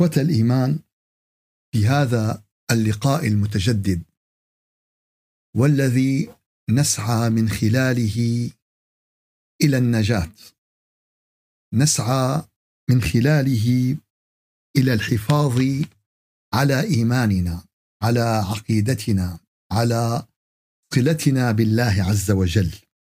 إخوة الإيمان، في هذا اللقاء المتجدد والذي نسعى من خلاله إلى النجاة، نسعى من خلاله إلى الحفاظ على إيماننا، على عقيدتنا، على صلتنا بالله عز وجل.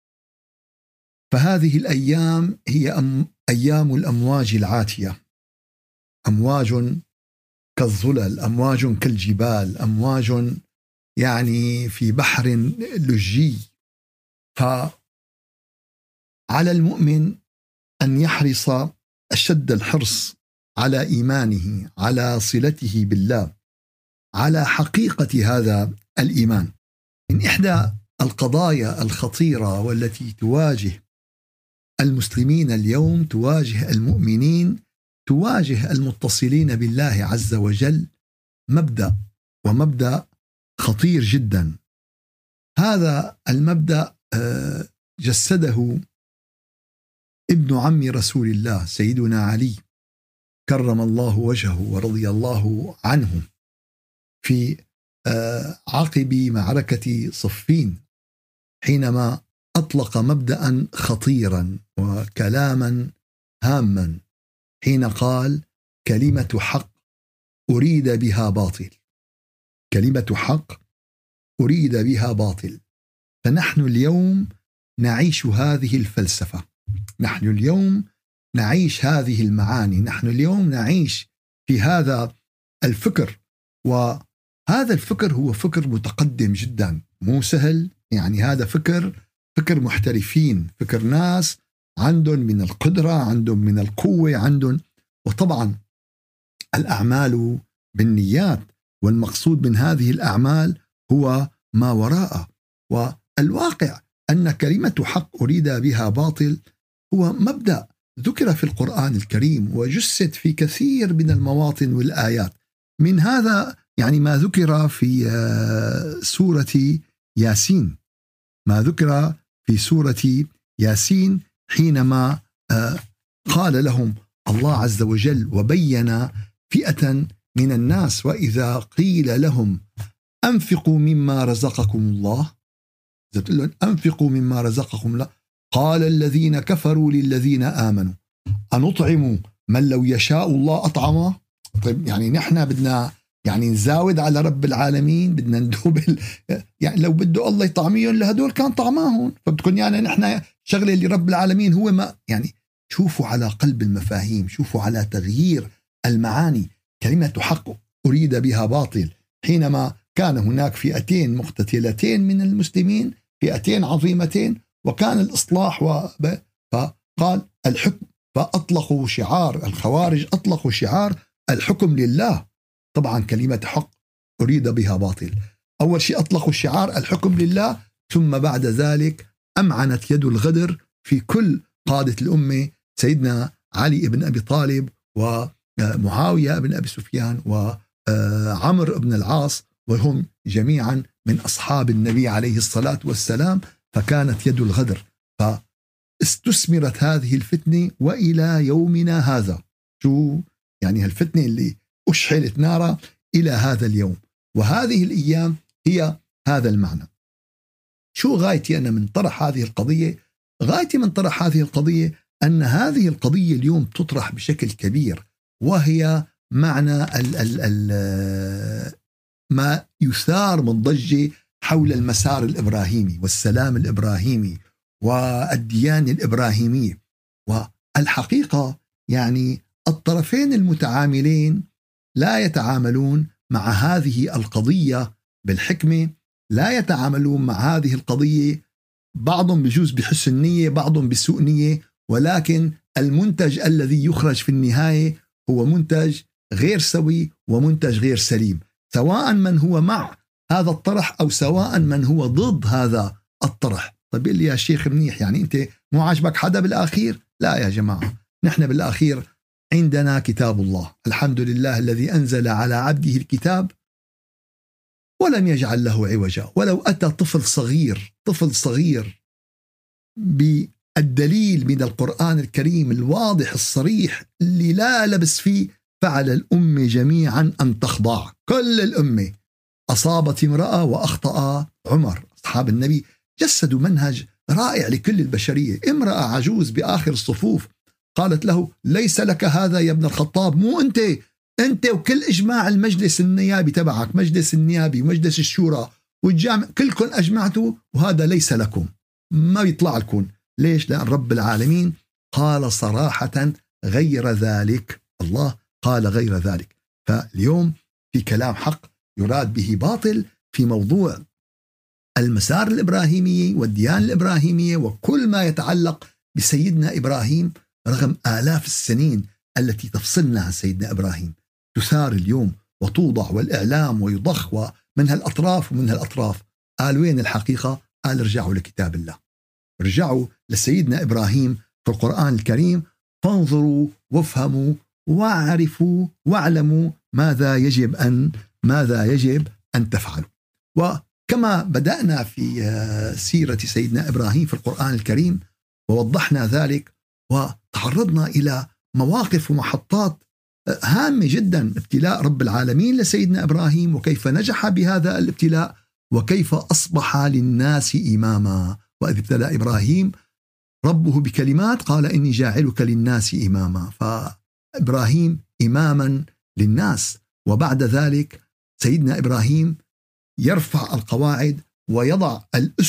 فهذه الأيام هي أيام الأمواج العاتية، أمواج كالظلل، أمواج كالجبال، أمواج يعني في بحر لجي. فعلى المؤمن أن يحرص أشد الحرص على إيمانه، على صلته بالله، على حقيقة هذا الإيمان. من إحدى القضايا الخطيرة والتي تواجه المسلمين اليوم، تواجه المؤمنين، تواجه المتصلين بالله عز وجل، مبدأ خطير جدا. هذا المبدأ جسده ابن عم رسول الله سيدنا علي كرم الله وجهه ورضي الله عنه في عقب معركة صفين، حينما أطلق مبدأ خطيرا وكلاما هاما، حين قال: كلمة حق أريد بها باطل، كلمة حق أريد بها باطل. فنحن اليوم نعيش هذه الفلسفة، نحن اليوم نعيش هذه المعاني، نحن اليوم نعيش في هذا الفكر. وهذا الفكر هو فكر متقدم جدا، مو سهل، يعني هذا فكر محترفين، فكر ناس عندهم من القدرة، عندهم من القوة، عندهم. وطبعا الأعمال بالنيات، والمقصود من هذه الأعمال هو ما وراءه. والواقع أن كلمة حق أريد بها باطل هو مبدأ ذكر في القرآن الكريم وجسد في كثير من المواطن والآيات. من هذا يعني ما ذكر في سورة ياسين، ما ذكر في سورة ياسين حينما قال لهم الله عز وجل وبين فئة من الناس: وإذا قيل لهم أنفقوا مما رزقكم الله، تقول لهم أنفقوا مما رزقكم الله، قال الذين كفروا للذين آمنوا أنطعم من لو يشاء الله أطعمه. طيب يعني نحن بدنا يعني نزاود على رب العالمين، بدنا ندوب يعني لو بده الله يطعميهم لهدول كان طعماهم، فبتكون يعني نحن شغله لرب العالمين هو ما يعني. شوفوا على قلب المفاهيم، شوفوا على تغيير المعاني. كلمة حق أريد بها باطل، حينما كان هناك فئتين مقتتلتين من المسلمين، فئتين عظيمتين، وكان الإصلاح فقال الحكم، فأطلقوا شعار الخوارج، أطلقوا شعار الحكم لله. طبعا كلمة حق أريد بها باطل، أول شيء أطلقوا شعار الحكم لله، ثم بعد ذلك أمعنت يد الغدر في كل قادة الأمة، سيدنا علي بن أبي طالب ومعاوية بن أبي سفيان وعمر بن العاص، وهم جميعا من أصحاب النبي عليه الصلاة والسلام. فكانت يد الغدر، فاستثمرت هذه الفتنة وإلى يومنا هذا. شو يعني هالفتنة اللي أشعلت نارا إلى هذا اليوم، وهذه الأيام هي هذا المعنى. شو غايتي أنا من طرح هذه القضية؟ غايتي من طرح هذه القضية أن هذه القضية اليوم تطرح بشكل كبير، وهي معنى ما يثار من ضجة حول المسار الإبراهيمي والسلام الإبراهيمي والديانة الإبراهيمية. والحقيقة يعني الطرفين المتعاملين لا يتعاملون مع هذه القضية بالحكمة، لا يتعاملون مع هذه القضية، بعضهم بجوز بحسن نية، بعضهم بسوء نية، ولكن المنتج الذي يخرج في النهاية هو منتج غير سوي ومنتج غير سليم، سواء من هو مع هذا الطرح أو سواء من هو ضد هذا الطرح. طيب لي يا شيخ منيح، يعني أنت مو عاجبك حدا بالآخير؟ لا يا جماعة، نحن بالآخير عندنا كتاب الله، الحمد لله الذي أنزل على عبده الكتاب ولم يجعل له عوجا. ولو أتى طفل صغير بالدليل من القرآن الكريم الواضح الصريح اللي لا لبس فيه، فعلى الأمة جميعا أن تخضع. كل الأمة أصابت امرأة وأخطأ عمر. أصحاب النبي جسدوا منهج رائع لكل البشرية. امرأة عجوز بآخر الصفوف قالت له: ليس لك هذا يا ابن الخطاب، مو أنت وكل إجماع المجلس النيابي تبعك، مجلس النيابي ومجلس الشورى والجامع كلكم أجمعتوا، وهذا ليس لكم، ما بيطلع لكم. ليش؟ لأن رب العالمين قال صراحة غير ذلك. الله قال غير ذلك. فاليوم في كلام حق يراد به باطل في موضوع المسار الإبراهيمي والديانة الإبراهيمية وكل ما يتعلق بسيدنا إبراهيم، رغم آلاف السنين التي تفصلنا عن سيدنا إبراهيم، تثار اليوم وتوضع والإعلام ويضخ ومن هالأطراف ومن هالأطراف. قال وين الحقيقة؟ قال ارجعوا لكتاب الله، ارجعوا لسيدنا إبراهيم في القرآن الكريم، فانظروا وافهموا واعرفوا واعلموا ماذا يجب أن تفعلوا. وكما بدأنا في سيرة سيدنا إبراهيم في القرآن الكريم ووضحنا ذلك وتعرضنا إلى مواقف ومحطات هامة جدا، ابتلاء رب العالمين لسيدنا إبراهيم وكيف نجح بهذا الابتلاء وكيف أصبح للناس إماما. وإذ ابتلى إبراهيم ربه بكلمات قال إني جاعلك للناس إماما، فإبراهيم إماما للناس. وبعد ذلك سيدنا إبراهيم يرفع القواعد ويضع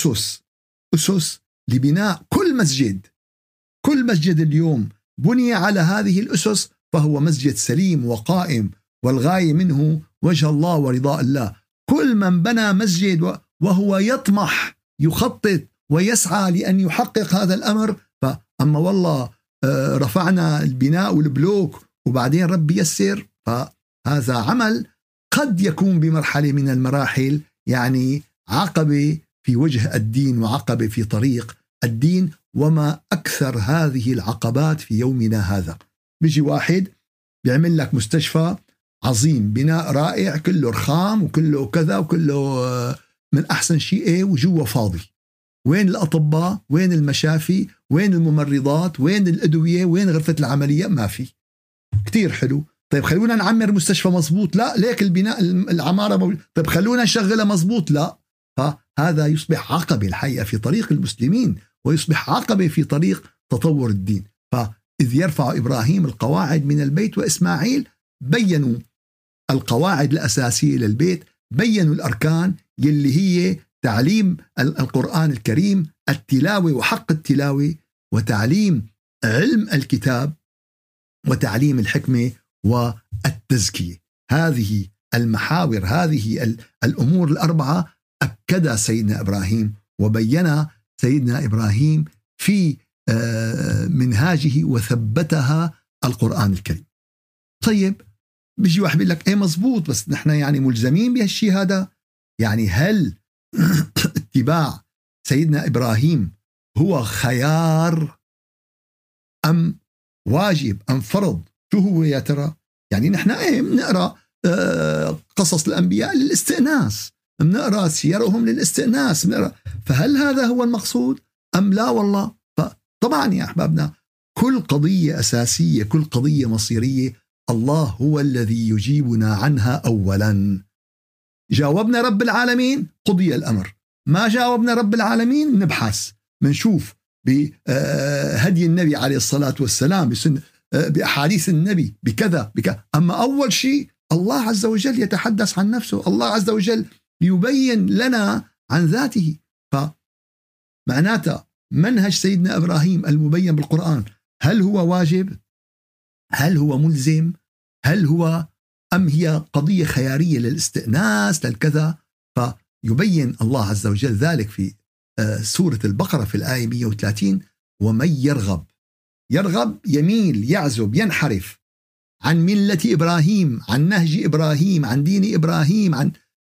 أسس لبناء كل مسجد. كل مسجد اليوم بني على هذه الأسس فهو مسجد سليم وقائم، والغاية منه وجه الله ورضاء الله. كل من بنى مسجد وهو يطمح يخطط ويسعى لأن يحقق هذا الأمر، فأما والله رفعنا البناء والبلوك وبعدين رب يسر، فهذا عمل قد يكون بمرحلة من المراحل يعني عقبة في وجه الدين وعقبة في طريق الدين. وما أكثر هذه العقبات في يومنا هذا. بيجي واحد بيعمل لك مستشفى عظيم، بناء رائع، كله رخام وكله كذا وكله من أحسن شيء، وجوه فاضي. وين الأطباء؟ وين المشافي؟ وين الممرضات؟ وين الأدوية؟ وين غرفة العملية؟ ما في. كتير حلو. طيب خلونا نعمر مستشفى مزبوط، لا ليك البناء العمارة طيب خلونا نشغلها مزبوط، لا. فهذا يصبح عقبة الحقيقة في طريق المسلمين، ويصبح عقبة في طريق تطور الدين. فإذ يرفع إبراهيم القواعد من البيت وإسماعيل، بيّنوا القواعد الأساسية للبيت، بيّنوا الأركان يلي هي تعليم القرآن الكريم، التلاوة وحق التلاوة، وتعليم علم الكتاب، وتعليم الحكمة والتزكية. هذه المحاور، هذه الأمور الأربعة أكد سيدنا إبراهيم وبيّن سيدنا إبراهيم في منهاجه وثبتها القرآن الكريم. طيب بيجي واحد بيقول لك ايه مزبوط، بس نحن يعني ملزمين بهالشيء هذا. يعني هل اتباع سيدنا إبراهيم هو خيار أم واجب أم فرض؟ شو هو يا ترى؟ يعني نحن ايه بنقرأ قصص الأنبياء للاستئناس، بنقرأ سيرهم للاستئناس، فهل هذا هو المقصود أم لا؟ والله طبعا يا أحبابنا، كل قضية أساسية، كل قضية مصيرية الله هو الذي يجيبنا عنها أولا. جاوبنا رب العالمين قضي الأمر، ما جاوبنا رب العالمين نبحث، منشوف بهدي النبي عليه الصلاة والسلام، بأحاديث النبي بكذا. أما أول شيء الله عز وجل يتحدث عن نفسه، الله عز وجل يبين لنا عن ذاته. فمعناته منهج سيدنا إبراهيم المبين بالقرآن، هل هو واجب؟ هل هو ملزم؟ هل هو أم هي قضية خيارية للاستئناس للكذا؟ فيبين الله عز وجل ذلك في سورة البقرة في الآية 130: ومن يرغب يميل، يعزب، ينحرف عن ملة إبراهيم، عن نهج إبراهيم، عن دين إبراهيم،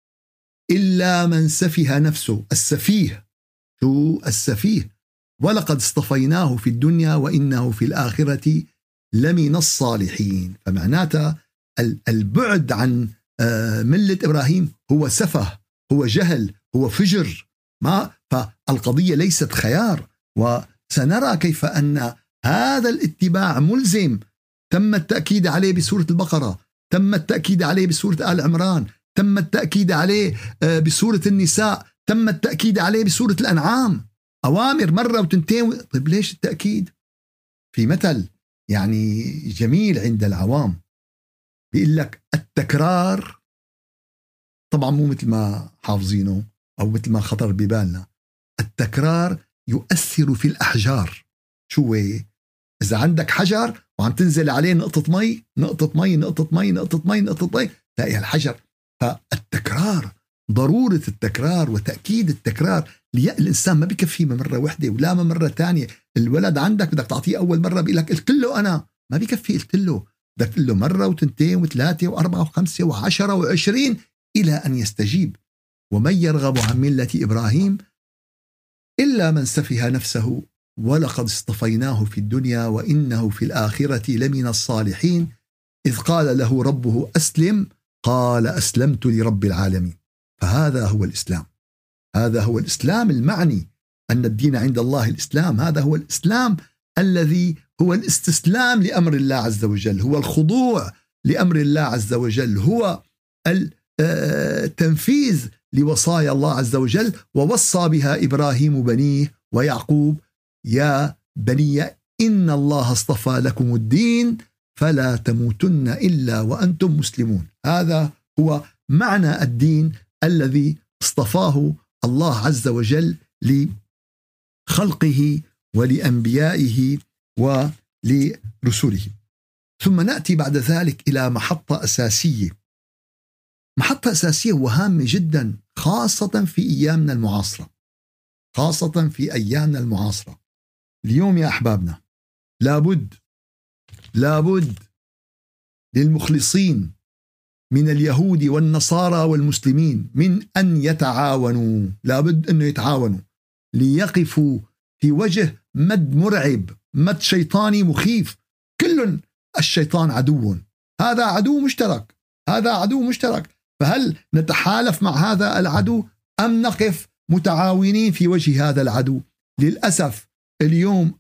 إلا من سفه نفسه. السفيه، شو السفيه؟ ولقد اصطفيناه في الدنيا وإنه في الآخرة لمن الصالحين. فمعناته البعد عن ملة إبراهيم هو سفه، هو جهل، هو فجر. فالقضية ليست خيار، وسنرى كيف أن هذا الاتباع ملزم تم التأكيد عليه بسورة البقرة، تم التأكيد عليه بسورة آل عمران، تم التأكيد عليه بسورة النساء، تم التأكيد عليه بسورة الأنعام. أوامر مرة وتنتين. طيب ليش التأكيد؟ في مثل يعني جميل عند العوام بيقول لك التكرار، طبعا مو مثل ما حافظينه أو مثل ما خطر ببالنا، التكرار يؤثر في الأحجار. شو هي؟ إذا عندك حجر وعم تنزل عليه نقطة مي نقطة مي نقطة مي نقطة مي نقطة مي تلاقي الحجر. فالتكرار، ضرورة التكرار وتأكيد التكرار. الإنسان ما بيكفي مرة واحدة ولا مرة تانية. الولد عندك بدك تعطيه أول مرة بيقول لك قلت له أنا، ما بيكفي قلت له، بدك تقول له مرة وتنتين وثلاثة وأربعة وخمسة وعشرة وعشرين إلى أن يستجيب. ومن يرغب عن ملة إبراهيم إلا من سفه نفسه ولقد اصطفيناه في الدنيا وإنه في الآخرة لمن الصالحين إذ قال له ربه أسلم قال أسلمت لرب العالمين. فهذا هو الإسلام، هذا هو الإسلام المعني أن الدين عند الله الإسلام. هذا هو الإسلام الذي هو الاستسلام لأمر الله عز وجل، هو الخضوع لأمر الله عز وجل، هو التنفيذ لوصايا الله عز وجل. ووصى بها إبراهيم بنيه ويعقوب يا بني إن الله اصطفى لكم الدين فلا تموتن إلا وأنتم مسلمون. هذا هو معنى الدين الذي اصطفاه الله عز وجل لخلقه ولأنبيائه ولرسله. ثم نأتي بعد ذلك إلى محطة أساسية، محطة أساسية وهامة جدا، خاصة في أيامنا المعاصرة، خاصة في أيامنا المعاصرة. اليوم يا أحبابنا لابد للمخلصين من اليهود والنصارى والمسلمين من أن يتعاونوا، لابد أنه يتعاونوا ليقفوا في وجه مد مرعب، مد شيطاني مخيف. كل الشيطان عدو، هذا عدو مشترك، هذا عدو مشترك. فهل نتحالف مع هذا العدو أم نقف متعاونين في وجه هذا العدو؟ للأسف اليوم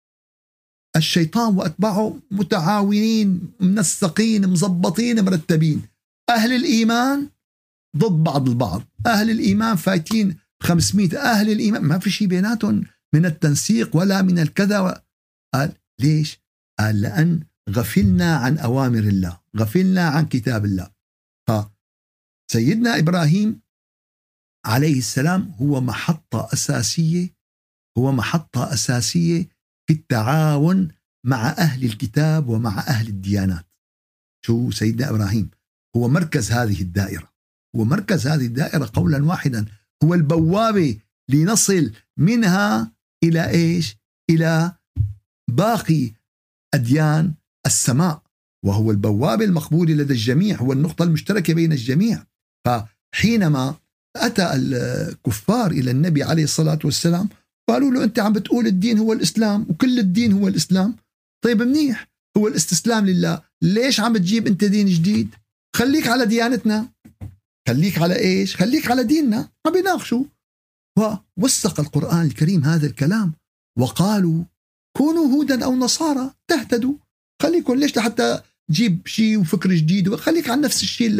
الشيطان وأتباعه متعاونين، منسقين، مزبطين، مرتبين. أهل الإيمان ضد بعض البعض، أهل الإيمان فايتين 500 أهل الإيمان، ما في شيء بيناتهم من التنسيق ولا من الكذا. قال ليش؟ قال لأن غفلنا عن أوامر الله، غفلنا عن كتاب الله. فسيدنا إبراهيم عليه السلام هو محطة أساسية، هو محطة أساسية في التعاون مع أهل الكتاب ومع أهل الديانات. شو سيدنا إبراهيم هو مركز هذه الدائرة، هو مركز هذه الدائرة قولا واحدا، هو البوابة لنصل منها إلى إيش؟ إلى باقي أديان السماء، وهو البوابة المقبولة لدى الجميع، هو النقطة المشتركة بين الجميع. فحينما أتى الكفار إلى النبي عليه الصلاة والسلام قالوا له أنت عم بتقول الدين هو الإسلام وكل الدين هو الإسلام، طيب منيح، هو الاستسلام لله، ليش عم بتجيب أنت دين جديد؟ خليك على ديانتنا، خليك على إيش؟ خليك على ديننا. ما بيناقشوا. ووثق القرآن الكريم هذا الكلام وقالوا كونوا هودا أو نصارى تهتدوا. خليكم ليش لحتى تجيب شيء وفكر جديد، خليك عن نفس الشيء.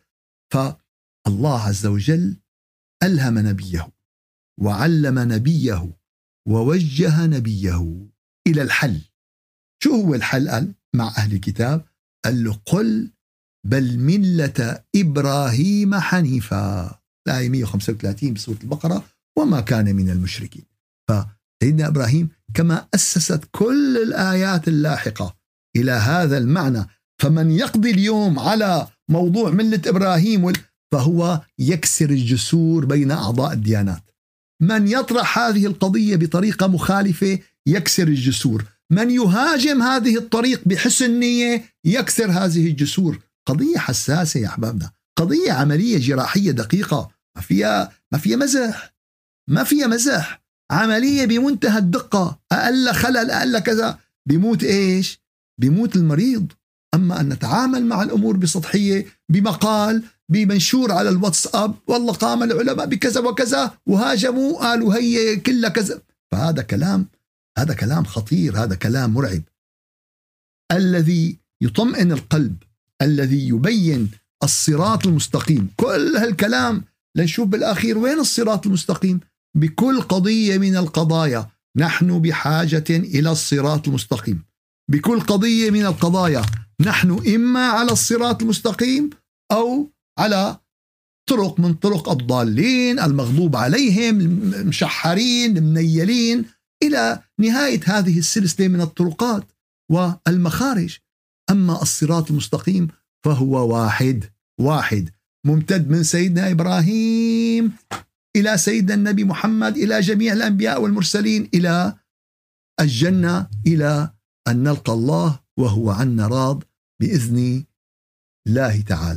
فالله عز وجل ألهم نبيه وعلم نبيه ووجه نبيه إلى الحل. شو هو الحل؟ قال مع أهل الكتاب قال له قل بل ملة إبراهيم حنيفا، الآية 135 بسورة البقرة، وما كان من المشركين. فسيدنا إبراهيم كما أسست كل الآيات اللاحقة إلى هذا المعنى. فمن يقضي اليوم على موضوع ملة إبراهيم فهو يكسر الجسور بين أعضاء الديانات. من يطرح هذه القضية بطريقة مخالفة يكسر الجسور، من يهاجم هذه الطريق بحسن نية يكسر هذه الجسور. قضية حساسة يا أحبابنا، قضية عملية جراحية دقيقة، ما فيها مزح، ما فيها مزح، عملية بمنتهى الدقة. أقل خلل أقل كذا بيموت إيش؟ بيموت المريض. أما أن نتعامل مع الأمور بسطحية، بمقال، بمنشور على الواتساب، والله قام العلماء بكذا وكذا وهاجموا قالوا هي كلها كذا، فهذا كلام، هذا كلام خطير، هذا كلام مرعب. الذي يطمئن القلب الذي يبين الصراط المستقيم. كل هالكلام لنشوف بالأخير وين الصراط المستقيم. بكل قضية من القضايا نحن بحاجة إلى الصراط المستقيم. بكل قضية من القضايا نحن إما على الصراط المستقيم أو على طرق من طرق الضالين المغضوب عليهم المشحرين المنيلين، إلى نهاية هذه السلسلة من الطرقات والمخارج. أما الصراط المستقيم فهو واحد ممتد من سيدنا إبراهيم إلى سيدنا النبي محمد، إلى جميع الأنبياء والمرسلين، إلى الجنة، إلى أن نلقى الله وهو عنا راض بإذن الله تعالى.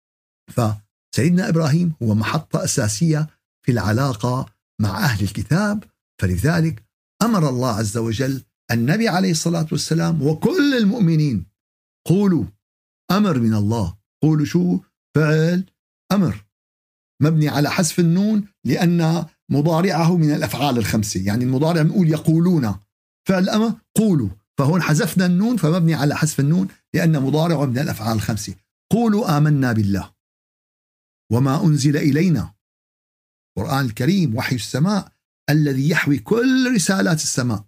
فسيدنا إبراهيم هو محطة أساسية في العلاقة مع أهل الكتاب، فلذلك أمر الله عز وجل النبي عليه الصلاة والسلام وكل المؤمنين، قولوا، أمر من الله. قولوا شو؟ فعل أمر مبني على حذف النون لأن مضارعه من الأفعال الخمسة، يعني المضارع نقول يقولون، فعل أمر قولوا، فهون حذفنا النون فمبني على حذف النون لأن مضارعه من الأفعال الخمسة. قولوا آمنا بالله وما أنزل إلينا، القرآن الكريم وحي السماء الذي يحوي كل رسالات السماء،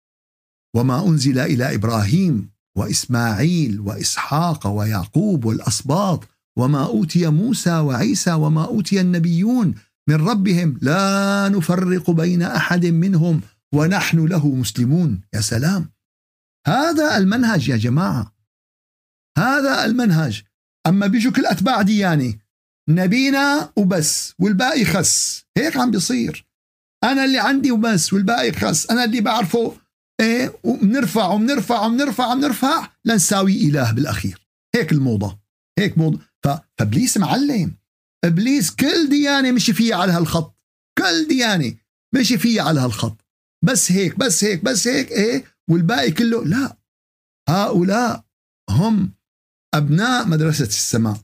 وما أنزل إلى إبراهيم وإسماعيل وإسحاق ويعقوب والأسباط، وما أوتي موسى وعيسى وما أوتي النبيون من ربهم لا نفرق بين أحد منهم ونحن له مسلمون. يا سلام، هذا المنهج يا جماعة، هذا المنهج. أما بيجوا كل أتباع ديانة نبينا وبس والباقي خس، هيك عم بيصير. أنا اللي عندي وبس والباقي خس، أنا اللي بعرفه إيه، وبنرفع وبنرفع وبنرفع وبنرفع لنساوي إله بالأخير. هيك الموضة، هيك موضة. فإبليس معلم، إبليس كل ديانة مشي فيها على هالخط، كل ديانة مشي فيها على هالخط، بس هيك بس هيك بس هيك إيه، والباقي كله لا. هؤلاء هم أبناء مدرسة السماء،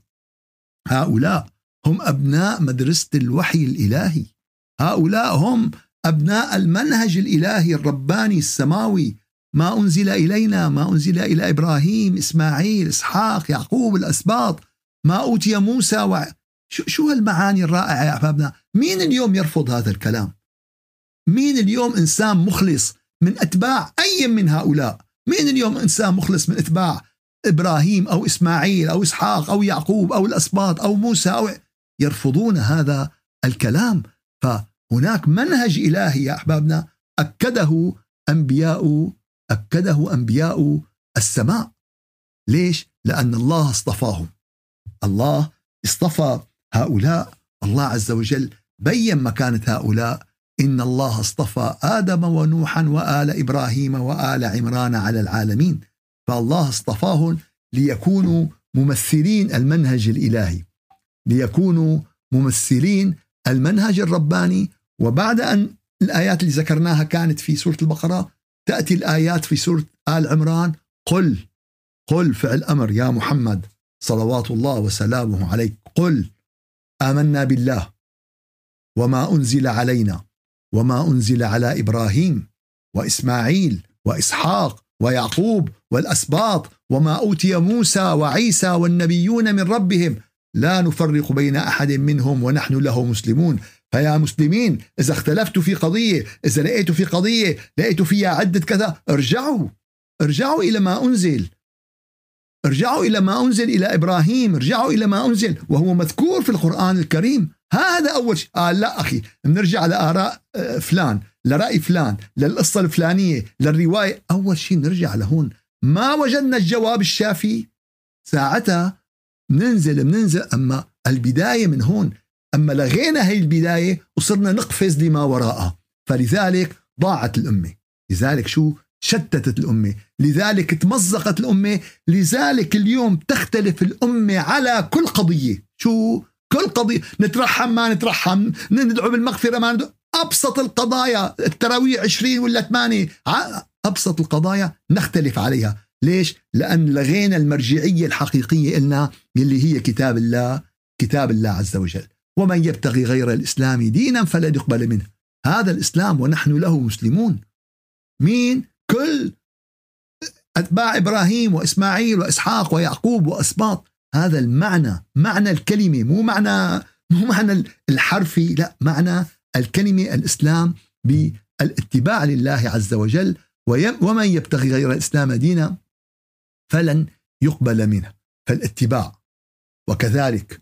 هؤلاء هم أبناء مدرسة الوحي الإلهي، هؤلاء هم أبناء المنهج الإلهي الرباني السماوي. ما أنزل إلينا، ما أنزل إلى إبراهيم إسماعيل إسحاق يعقوب الأسباط، ما أوتي موسى شو هالمعاني الرائعة يا أحبابنا. مين اليوم يرفض هذا الكلام؟ مين اليوم إنسان مخلص من أتباع أي من هؤلاء؟ مين اليوم إنسان مخلص من أتباع إبراهيم أو إسماعيل أو إسحاق أو يعقوب أو الأسباط أو موسى أو يرفضون هذا الكلام؟ فهناك منهج إلهي يا أحبابنا أكده أنبياء السماء. ليش؟ لأن الله اصطفاهم، الله اصطفى هؤلاء. الله عز وجل بيّن مكانة هؤلاء: إن الله اصطفى آدم ونوحا وآل إبراهيم وآل عمران على العالمين. فالله اصطفاهم ليكونوا ممثلين المنهج الإلهي، ليكونوا ممثلين المنهج الرباني. وبعد أن الآيات اللي ذكرناها كانت في سورة البقرة، تأتي الآيات في سورة آل عمران: قل فعل أمر يا محمد صلوات الله وسلامه عليك، قل آمنا بالله وما أنزل علينا وما أنزل على إبراهيم وإسماعيل وإسحاق ويعقوب والأسباط وما أوتي موسى وعيسى والنبيون من ربهم لا نفرق بين أحد منهم ونحن له مسلمون. فيا مسلمين، إذا اختلفتوا في قضية، إذا لقيتوا في قضية لقيتوا فيها عدة كذا، ارجعوا إلى ما أنزل، ارجعوا إلى ما أنزل إلى إبراهيم، ارجعوا إلى ما أنزل وهو مذكور في القرآن الكريم. هذا أول شيء. لا أخي، بنرجع لآراء فلان، لرأي فلان، للقصة الفلانية، للرواية. أول شيء نرجع لهون. ما وجدنا الجواب الشافي ساعتها بننزل. أما البداية من هون. أما لغينا هي البداية وصرنا نقفز لما وراءها، فلذلك ضاعت الأمة. لذلك شتتت الأمة، لذلك تمزقت الأمة، لذلك اليوم تختلف الأمة على كل قضية. كل قضية، نترحم ما نترحم، ندعو بالمغفرة ما ندعو، أبسط القضايا، التراويح 20 ولا 8، أبسط القضايا نختلف عليها. ليش؟ لأن لغينا المرجعية الحقيقية إلنا اللي هي كتاب الله عز وجل. ومن يبتغي غير الإسلام دينا فلن يقبل منه. هذا الإسلام ونحن له مسلمون. مين؟ كل أتباع إبراهيم وإسماعيل وإسحاق ويعقوب وأسباط. هذا المعنى، معنى الكلمة، مو معنى الحرفي، لا، معنى الكلمة الإسلام بالاتباع لله عز وجل. ومن يبتغي غير الإسلام دينا فلن يقبل منه، فالاتباع. وكذلك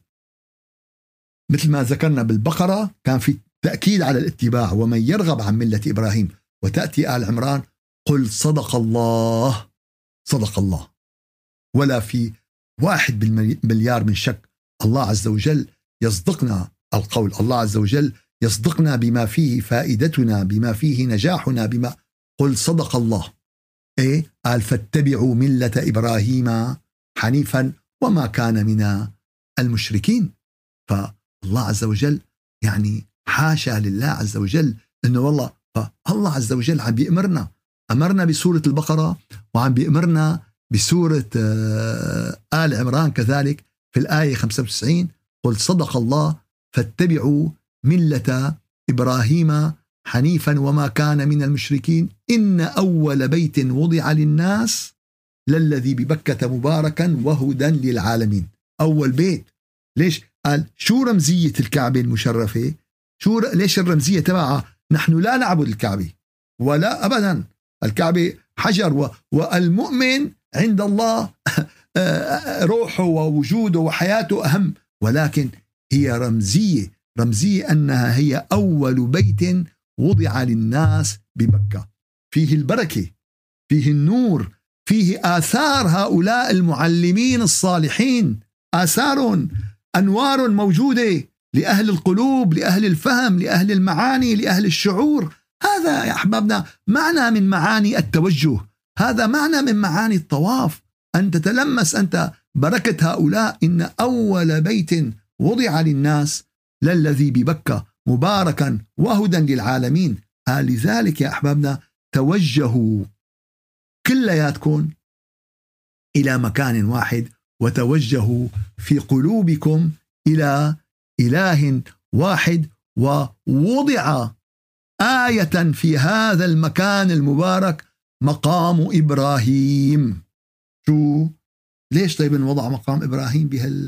مثل ما ذكرنا بالبقرة كان في تأكيد على الاتباع، ومن يرغب عن ملة إبراهيم. وتأتي آل عمران قل صدق الله، صدق الله، ولا في 1 من شك. الله عز وجل يصدقنا القول، الله عز وجل يصدقنا بما فيه فائدتنا، بما فيه نجاحنا، قل صدق الله. قال فاتبعوا ملة إبراهيم حنيفا وما كان من المشركين. فالله عز وجل يعني حاشا لله عز وجل انه والله، فالله عز وجل عم بيأمرنا، أمرنا بسورة البقرة وعم بيأمرنا بسورة آل عمران كذلك في الآية 95 قل صدق الله فاتبعوا ملة إبراهيم حنيفا وما كان من المشركين إن أول بيت وضع للناس للذي ببكة مباركا وهدى للعالمين. أول بيت، ليش؟ قال شو رمزية الكعبة المشرفة؟ ليش الرمزية تبعها؟ نحن لا نعبد الكعبة ولا أبدا، الكعبة حجر، والمؤمن عند الله روحه ووجوده وحياته أهم، ولكن هي رمزية أنها هي أول بيت وضع للناس بمكة، فيه البركة، فيه النور، فيه آثار هؤلاء المعلمين الصالحين، آثار أنوار موجودة لأهل القلوب، لأهل الفهم، لأهل المعاني، لأهل الشعور. هذا يا أحبابنا معنى من معاني التوجه، هذا معنى من معاني الطواف، أن تتلمس أنت بركة هؤلاء. إن أول بيت وضع للناس للذي ببكة مباركا وهدى للعالمين. لذلك يا أحبابنا توجهوا كلياتكم إلى مكان واحد، وتوجهوا في قلوبكم إلى إله واحد، ووضع آية في هذا المكان المبارك مقام إبراهيم. شو؟ ليش طيب وضع مقام إبراهيم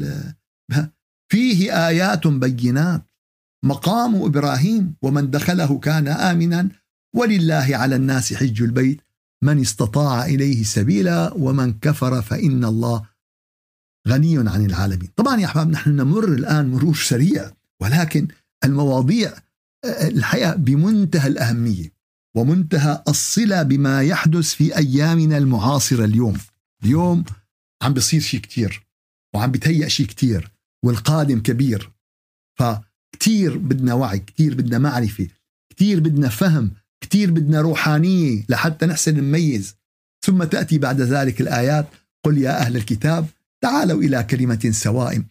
فيه آيات بينات، مقام إبراهيم ومن دخله كان آمنا ولله على الناس حج البيت من استطاع إليه سبيلا ومن كفر فإن الله غني عن العالمين. طبعا يا أحباب نحن نمر الآن مرور سريع، ولكن المواضيع الحقيقة بمنتهى الأهمية ومنتهى الصلة بما يحدث في أيامنا المعاصرة. اليوم عم بيصير شيء كتير وعم بيتهيأ شيء كتير، والقادم كبير، فكتير بدنا وعي، كتير بدنا معرفة، كتير بدنا فهم، كتير بدنا روحانية لحتى نحسن نميز. ثم تأتي بعد ذلك الآيات قل يا أهل الكتاب تعالوا إلى كلمة سواء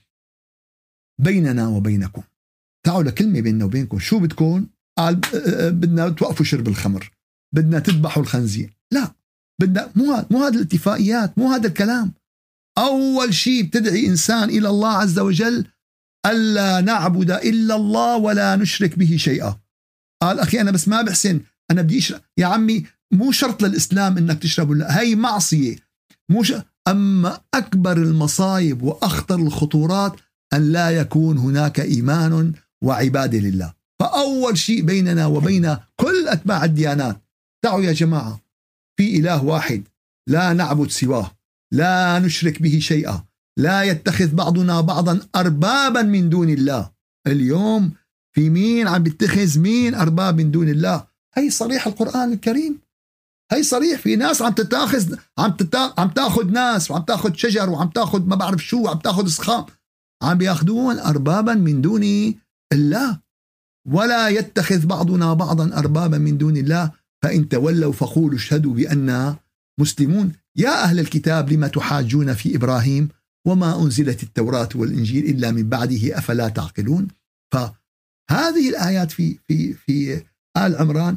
بيننا وبينكم. تعالوا لكلمة بيننا وبينكم. شو بدكم؟ قال بدنا توقفوا شرب الخمر، بدنا تذبحوا الخنزير. لا، بدنا مو هذا الاتفاقيات، مو هذا الكلام. أول شيء بتدعي إنسان إلى الله عز وجل ألا نعبد إلا الله ولا نشرك به شيئا. قال أخي أنا بس ما بحسن، أنا بدي أشرب. يا عمي مو شرط للإسلام إنك تشرب، هاي معصية. أما أكبر المصايب وأخطر الخطورات أن لا يكون هناك إيمان وعبادة لله. فأول شيء بيننا وبين كل أتباع الديانات، تعالوا يا جماعة في إله واحد لا نعبد سواه، لا نشرك به شيئا، لا يتخذ بعضنا بعضا أربابا من دون الله. اليوم في مين عم بيتخذ مين أرباب من دون الله؟ هي صريح القرآن الكريم، هي صريح. في ناس عم تاخذ ناس وعم تاخذ شجر وعم تاخذ ما بعرف شو، عم تاخذ اسخام، عم بياخذون أربابا من دون الله. ولا يتخذ بعضنا بعضا أربابا من دون الله فإن تولوا فقولوا اشهدوا بأننا مسلمون. يا أهل الكتاب لما تحاجون في إبراهيم وما أنزلت التوراة والإنجيل إلا من بعده أفلا تعقلون. فهذه الآيات في آل عمران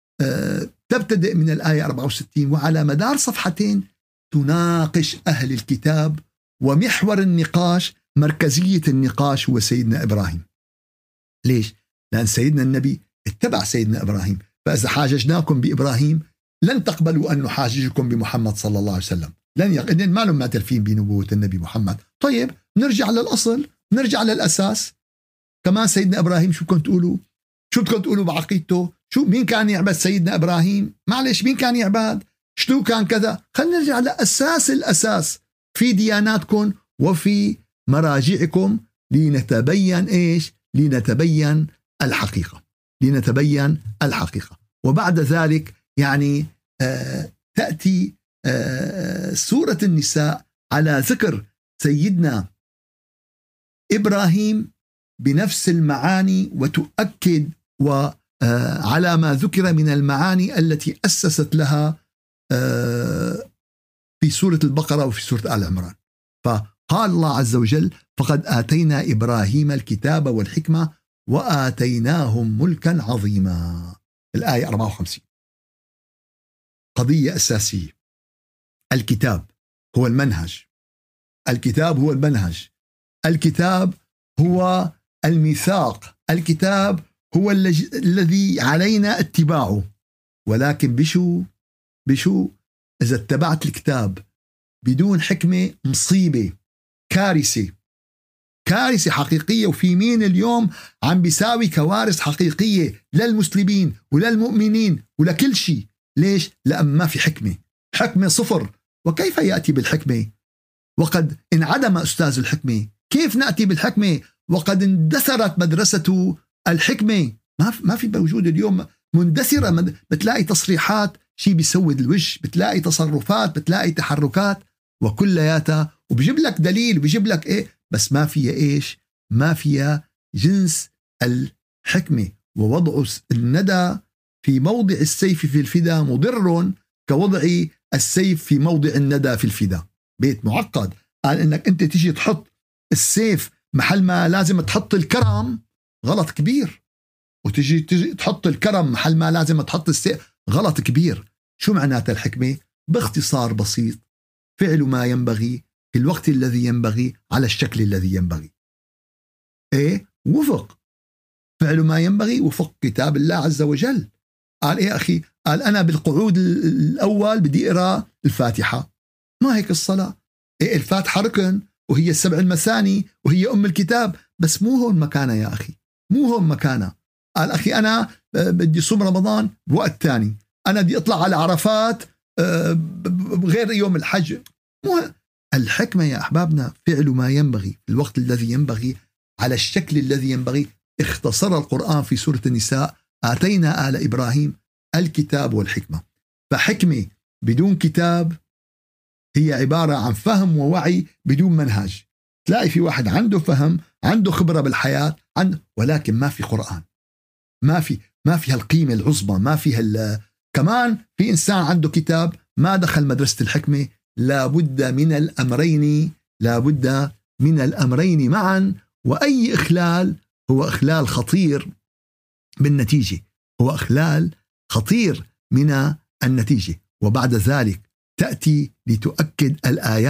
تبتدئ من الآية 64 وعلى مدار صفحتين تناقش أهل الكتاب، ومحور النقاش، مركزية النقاش هو سيدنا إبراهيم. ليش؟ لأن سيدنا النبي اتبع سيدنا إبراهيم، فإذا حاججناكم بإبراهيم لن تقبلوا أن نحاججكم بمحمد صلى الله عليه وسلم، ما لهم معترفين بنبوة النبي محمد. طيب نرجع للأصل، نرجع للأساس. كمان سيدنا إبراهيم شو كنت تقولوا؟ شو بدكم تقولوا بعقيدته؟ مين كان يعبد سيدنا إبراهيم؟ معلش مين كان يعبد؟ شنو كان كذا؟ خلينا نرجع لأساس الأساس في دياناتكم وفي مراجعكم لنتبين إيش؟ لنتبين الحقيقة، لنتبين الحقيقة. وبعد ذلك يعني تأتي سورة النساء على ذكر سيدنا إبراهيم بنفس المعاني، وتؤكد وعلى ما ذكر من المعاني التي أسست لها في سورة البقرة وفي سورة آل عمران. فقال الله عز وجل: فقد آتينا إبراهيم الكتاب والحكمة وآتيناهم ملكا عظيما. الآية 54 قضية أساسية. الكتاب هو المنهج، الكتاب هو المنهج، الكتاب هو الميثاق، الكتاب هو الذي علينا اتباعه. ولكن بشو إذا اتبعت الكتاب بدون حكمة مصيبة، كارثة، كارثة حقيقية. وفي مين اليوم عم بيساوي كوارث حقيقية للمسلمين وللمؤمنين ولكل شيء. ليش؟ لأن ما في حكمة، حكمة صفر. وكيف يأتي بالحكمة وقد انعدم أستاذ الحكمة؟ كيف نأتي بالحكمة وقد اندثرت مدرسة الحكمة؟ ما في موجود اليوم، مندثرة. بتلاقي تصريحات شيء بيسود الوجه، بتلاقي تصرفات، بتلاقي تحركات، وكلياتها وبيجيب لك دليل وبيجيب لك إيه، بس ما فيها إيش؟ ما فيها جنس الحكمة. ووضع الندى في موضع السيف في الفدا مضر كوضع السيف في موضع الندى في الفدا. بيت معقد. قال إنك أنت تيجي تحط السيف محل ما لازم تحط الكرم، غلط كبير. وتجي تحط الكرم محل ما لازم تحط السيف، غلط كبير. شو معنات الحكمة؟ باختصار بسيط: فعل ما ينبغي في الوقت الذي ينبغي على الشكل الذي ينبغي. إيه؟ وفق. فعل ما ينبغي وفق كتاب الله عز وجل. قال إيه أخي؟ قال أنا بالقعود الأول بدي أقرأ الفاتحة. ما هيك الصلاة. إيه؟ الفاتحة ركن وهي 7 المثاني وهي أم الكتاب، بس مو هون مكانها يا أخي، مو هون مكانها. قال أخي أنا بدي صوم رمضان بوقت تاني، أنا بدي أطلع على عرفات غير يوم الحج. مو الحكمة يا أحبابنا فعل ما ينبغي في الوقت الذي ينبغي على الشكل الذي ينبغي. اختصر القرآن في سورة النساء: آتينا آل إبراهيم الكتاب والحكمة. فحكمة بدون كتاب هي عبارة عن فهم ووعي بدون منهج. تلاقي في واحد عنده فهم، عنده خبرة بالحياة، ولكن ما في قرآن، ما في هالقيمة العظمى، ما في كمان في إنسان عنده كتاب ما دخل مدرسة الحكمة. لابد من الأمرين، لابد من الأمرين معا. وأي إخلال هو إخلال خطير بالنتيجة، هو إخلال خطير من النتيجة. وبعد ذلك تأتي لتؤكد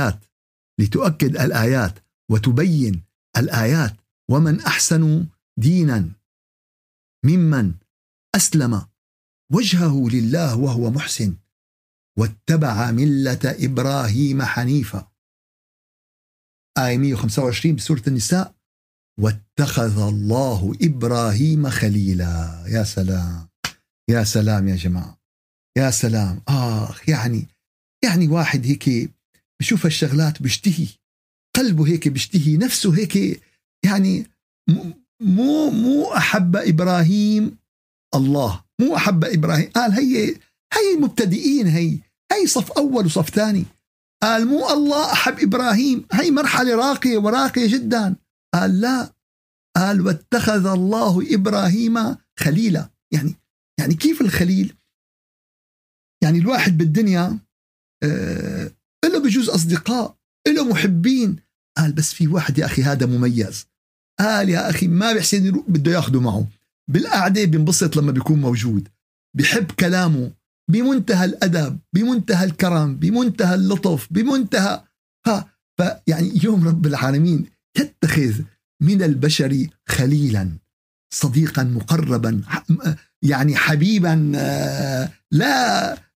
الآيات وتبين الآيات: ومن أحسن دينا ممن أسلم وجهه لله وهو محسن واتبع ملة إبراهيم حنيفا. آية 125 بسورة النساء: واتخذ الله إبراهيم خليلا. يا سلام، يا سلام يا جماعة، يا سلام. يعني واحد هيك بشوف الشغلات بيشتهي، قلبه هيك بيشتهي، نفسه هيك. يعني مو أحب إبراهيم الله، مو أحب إبراهيم. قال هي مبتدئين، هي صف أول وصف ثاني. قال مو الله أحب إبراهيم، هي مرحلة راقية وراقية جدا. قال لا، قال واتخذ الله إبراهيم خليلا. يعني كيف الخليل؟ يعني الواحد بالدنيا له بجوز أصدقاء، له محبين. قال بس في واحد يا أخي هذا مميز. قال يا أخي ما بيحسن بده ياخده معه بالقعدة، بينبسط لما بيكون موجود، بيحب كلامه بمنتهى الأدب، بمنتهى الكرم، بمنتهى اللطف، بمنتهى فيعني يوم رب العالمين يتخذ من البشر خليلا، صديقا مقربا، يعني حبيبا لا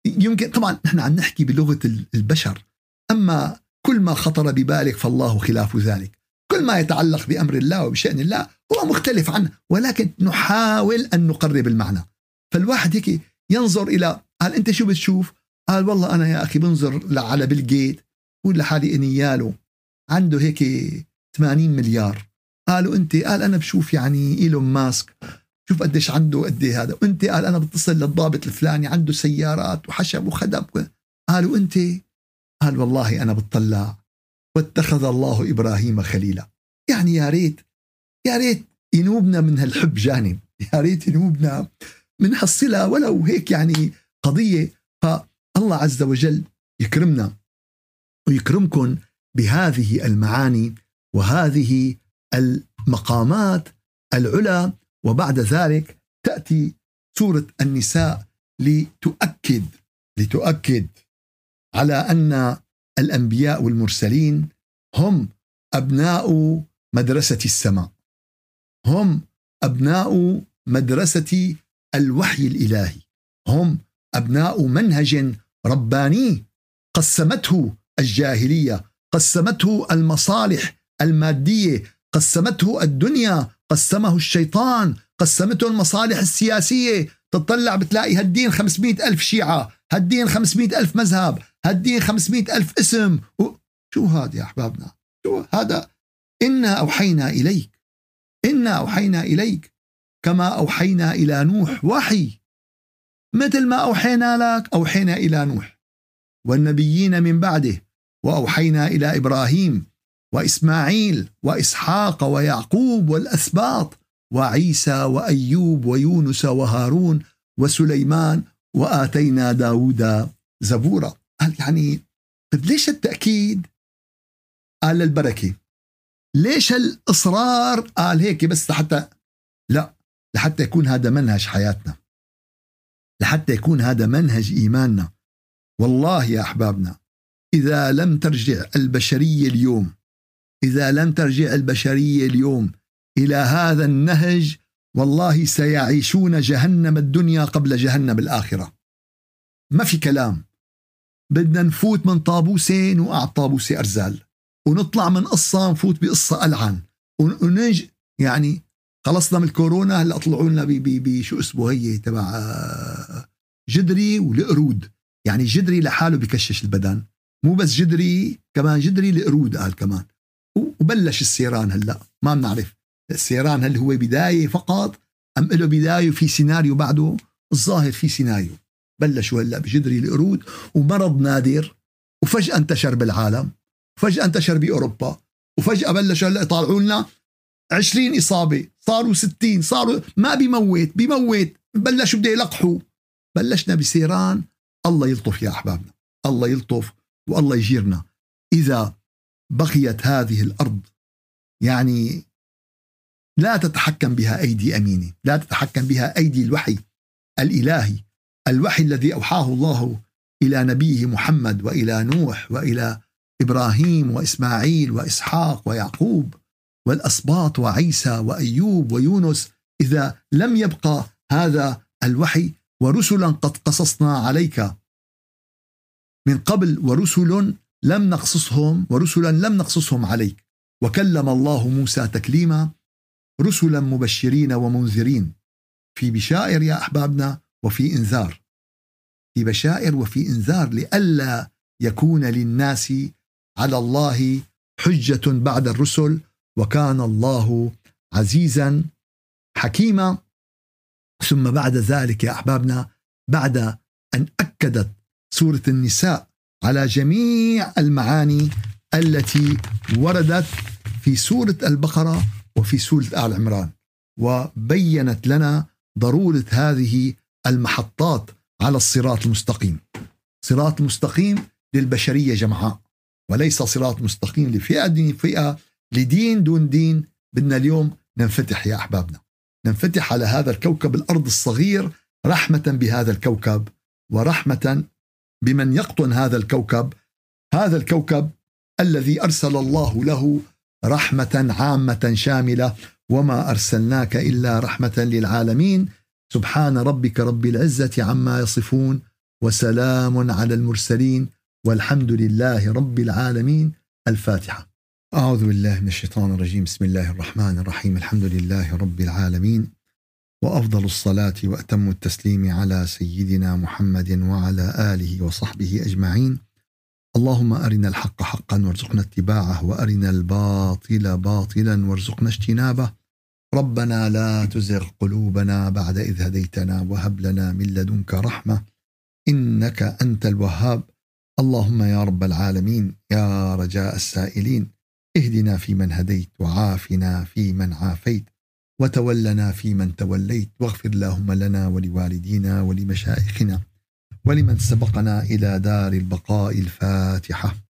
يمكن طبعا نحن عم نحكي بلغة البشر، أما كل ما خطر ببالك فالله خلاف ذلك. كل ما يتعلق بأمر الله وبشأن الله هو مختلف عنه، ولكن نحاول أن نقرب المعنى. فالواحد هيك ينظر إلى، قال أنت شو بتشوف؟ قال والله أنا يا أخي بنظر على بيل جيت قول لحالي إنياله عنده هيك 80 مليار. قالوا أنت؟ قال أنا بشوف يعني إيلون ماسك شوف قديش عنده قد هذا. وأنت؟ قال أنا بتصل للضابط الفلاني عنده سيارات وحشب وخدم. قالوا أنت؟ قال والله أنا بتطلع واتخذ الله إبراهيم خليلا. يعني يا ريت ينوبنا من هالحب جانب، يا ريت ينوبنا من هالصلة ولو هيك يعني قضية. فالله عز وجل يكرمنا ويكرمكم بهذه المعاني وهذه المقامات العلى. وبعد ذلك تأتي سورة النساء لتؤكد على أن الأنبياء والمرسلين هم أبناء مدرسة السماء، هم أبناء مدرسة الوحي الإلهي، هم أبناء منهج رباني قسمته الجاهلية، قسمته المصالح المادية، قسمته الدنيا، قسمه الشيطان، قسمته المصالح السياسية. تطلع بتلاقي هالدين 500 ألف شيعة، هالدين 500 ألف مذهب، هالدين 500 ألف اسم. شو هذا يا أحبابنا؟ شو هذا؟ إنا أوحينا إليك كما أوحينا إلى نوح وحي، مثل ما أوحينا لك أوحينا إلى نوح والنبيين من بعده، وأوحينا إلى إبراهيم وإسماعيل وإسحاق ويعقوب والأسباط وعيسى وأيوب ويونس وهارون وسليمان وآتينا داود زبورا. قال يعني ليش التأكيد؟ قال للبركة. ليش الإصرار؟ قال هيك بس لحتى يكون هذا منهج حياتنا، لحتى يكون هذا منهج إيماننا. والله يا أحبابنا إذا لم ترجع البشرية اليوم إلى هذا النهج، والله سيعيشون جهنم الدنيا قبل جهنم الآخرة. ما في كلام. بدنا نفوت من طابوسة نوقع طابوسة أرزال، ونطلع من قصة نفوت بقصة ألعن، وننج يعني خلصنا من الكورونا. هلا طلعوا لنا بشو اسمه هي تبع جدري والقرود. يعني جدري لحاله بكشش البدن، مو بس جدري، كمان جدري القرود قال كمان. وبلش السيران. هلا ما بنعرف السيران هل هو بداية فقط أم له بداية في سيناريو بعده؟ الظاهر في سيناريو. بلشوا هلا بجدري القرود، ومرض نادر، وفجأة انتشر بالعالم، وفجأة انتشر بأوروبا، وفجأة بلشوا هلا يطالعوا لنا 20 إصابة، صاروا 60، صاروا ما بيموت بلشوا بده يلقحوا. بلشنا بسيران. الله يلطف يا أحبابنا، الله يلطف والله يجيرنا. إذا بقيت هذه الأرض يعني لا تتحكم بها أيدي أمينة، لا تتحكم بها أيدي الوحي الإلهي، الوحي الذي أوحاه الله إلى نبيه محمد وإلى نوح وإلى إبراهيم وإسماعيل وإسحاق ويعقوب والأسباط وعيسى وأيوب ويونس. إذا لم يبقى هذا الوحي، ورسلا قد قصصنا عليك من قبل ورسلا لم نقصصهم عليك، وكلم الله موسى تكليما، رسلا مبشرين ومنذرين، في بشائر يا أحبابنا وفي إنذار، في بشائر وفي إنذار، لئلا يكون للناس على الله حجة بعد الرسل، وكان الله عزيزا حكيما. ثم بعد ذلك يا أحبابنا، بعد أن أكدت سورة النساء على جميع المعاني التي وردت في سورة البقرة وفي سورة آل عمران، وبينت لنا ضرورة هذه المحطات على الصراط المستقيم. صراط مستقيم للبشرية جمعاء، وليس صراط مستقيم لفئة دون فئة، لدين دون دين. بدنا اليوم ننفتح يا أحبابنا، ننفتح على هذا الكوكب الأرض الصغير، رحمة بهذا الكوكب ورحمة بمن يقطن هذا الكوكب الذي أرسل الله له رحمة عامة شاملة، وما أرسلناك إلا رحمة للعالمين. سبحان ربك رب العزة عما يصفون، وسلام على المرسلين والحمد لله رب العالمين. الفاتحة. أعوذ بالله من الشيطان الرجيم. بسم الله الرحمن الرحيم. الحمد لله رب العالمين، وأفضل الصلاة وأتم التسليم على سيدنا محمد وعلى آله وصحبه أجمعين. اللهم أرنا الحق حقا وارزقنا اتباعه، وأرنا الباطل باطلا وارزقنا اجتنابه. ربنا لا تزغ قلوبنا بعد إذ هديتنا، وهب لنا من لدنك رحمة إنك أنت الوهاب. اللهم يا رب العالمين، يا رجاء السائلين، اهدنا فيمن هديت، وعافنا فيمن عافيت، وتولنا فيمن توليت، واغفر اللهم لنا ولوالدينا ولمشايخنا ولمن سبقنا إلى دار البقاء. الفاتحة.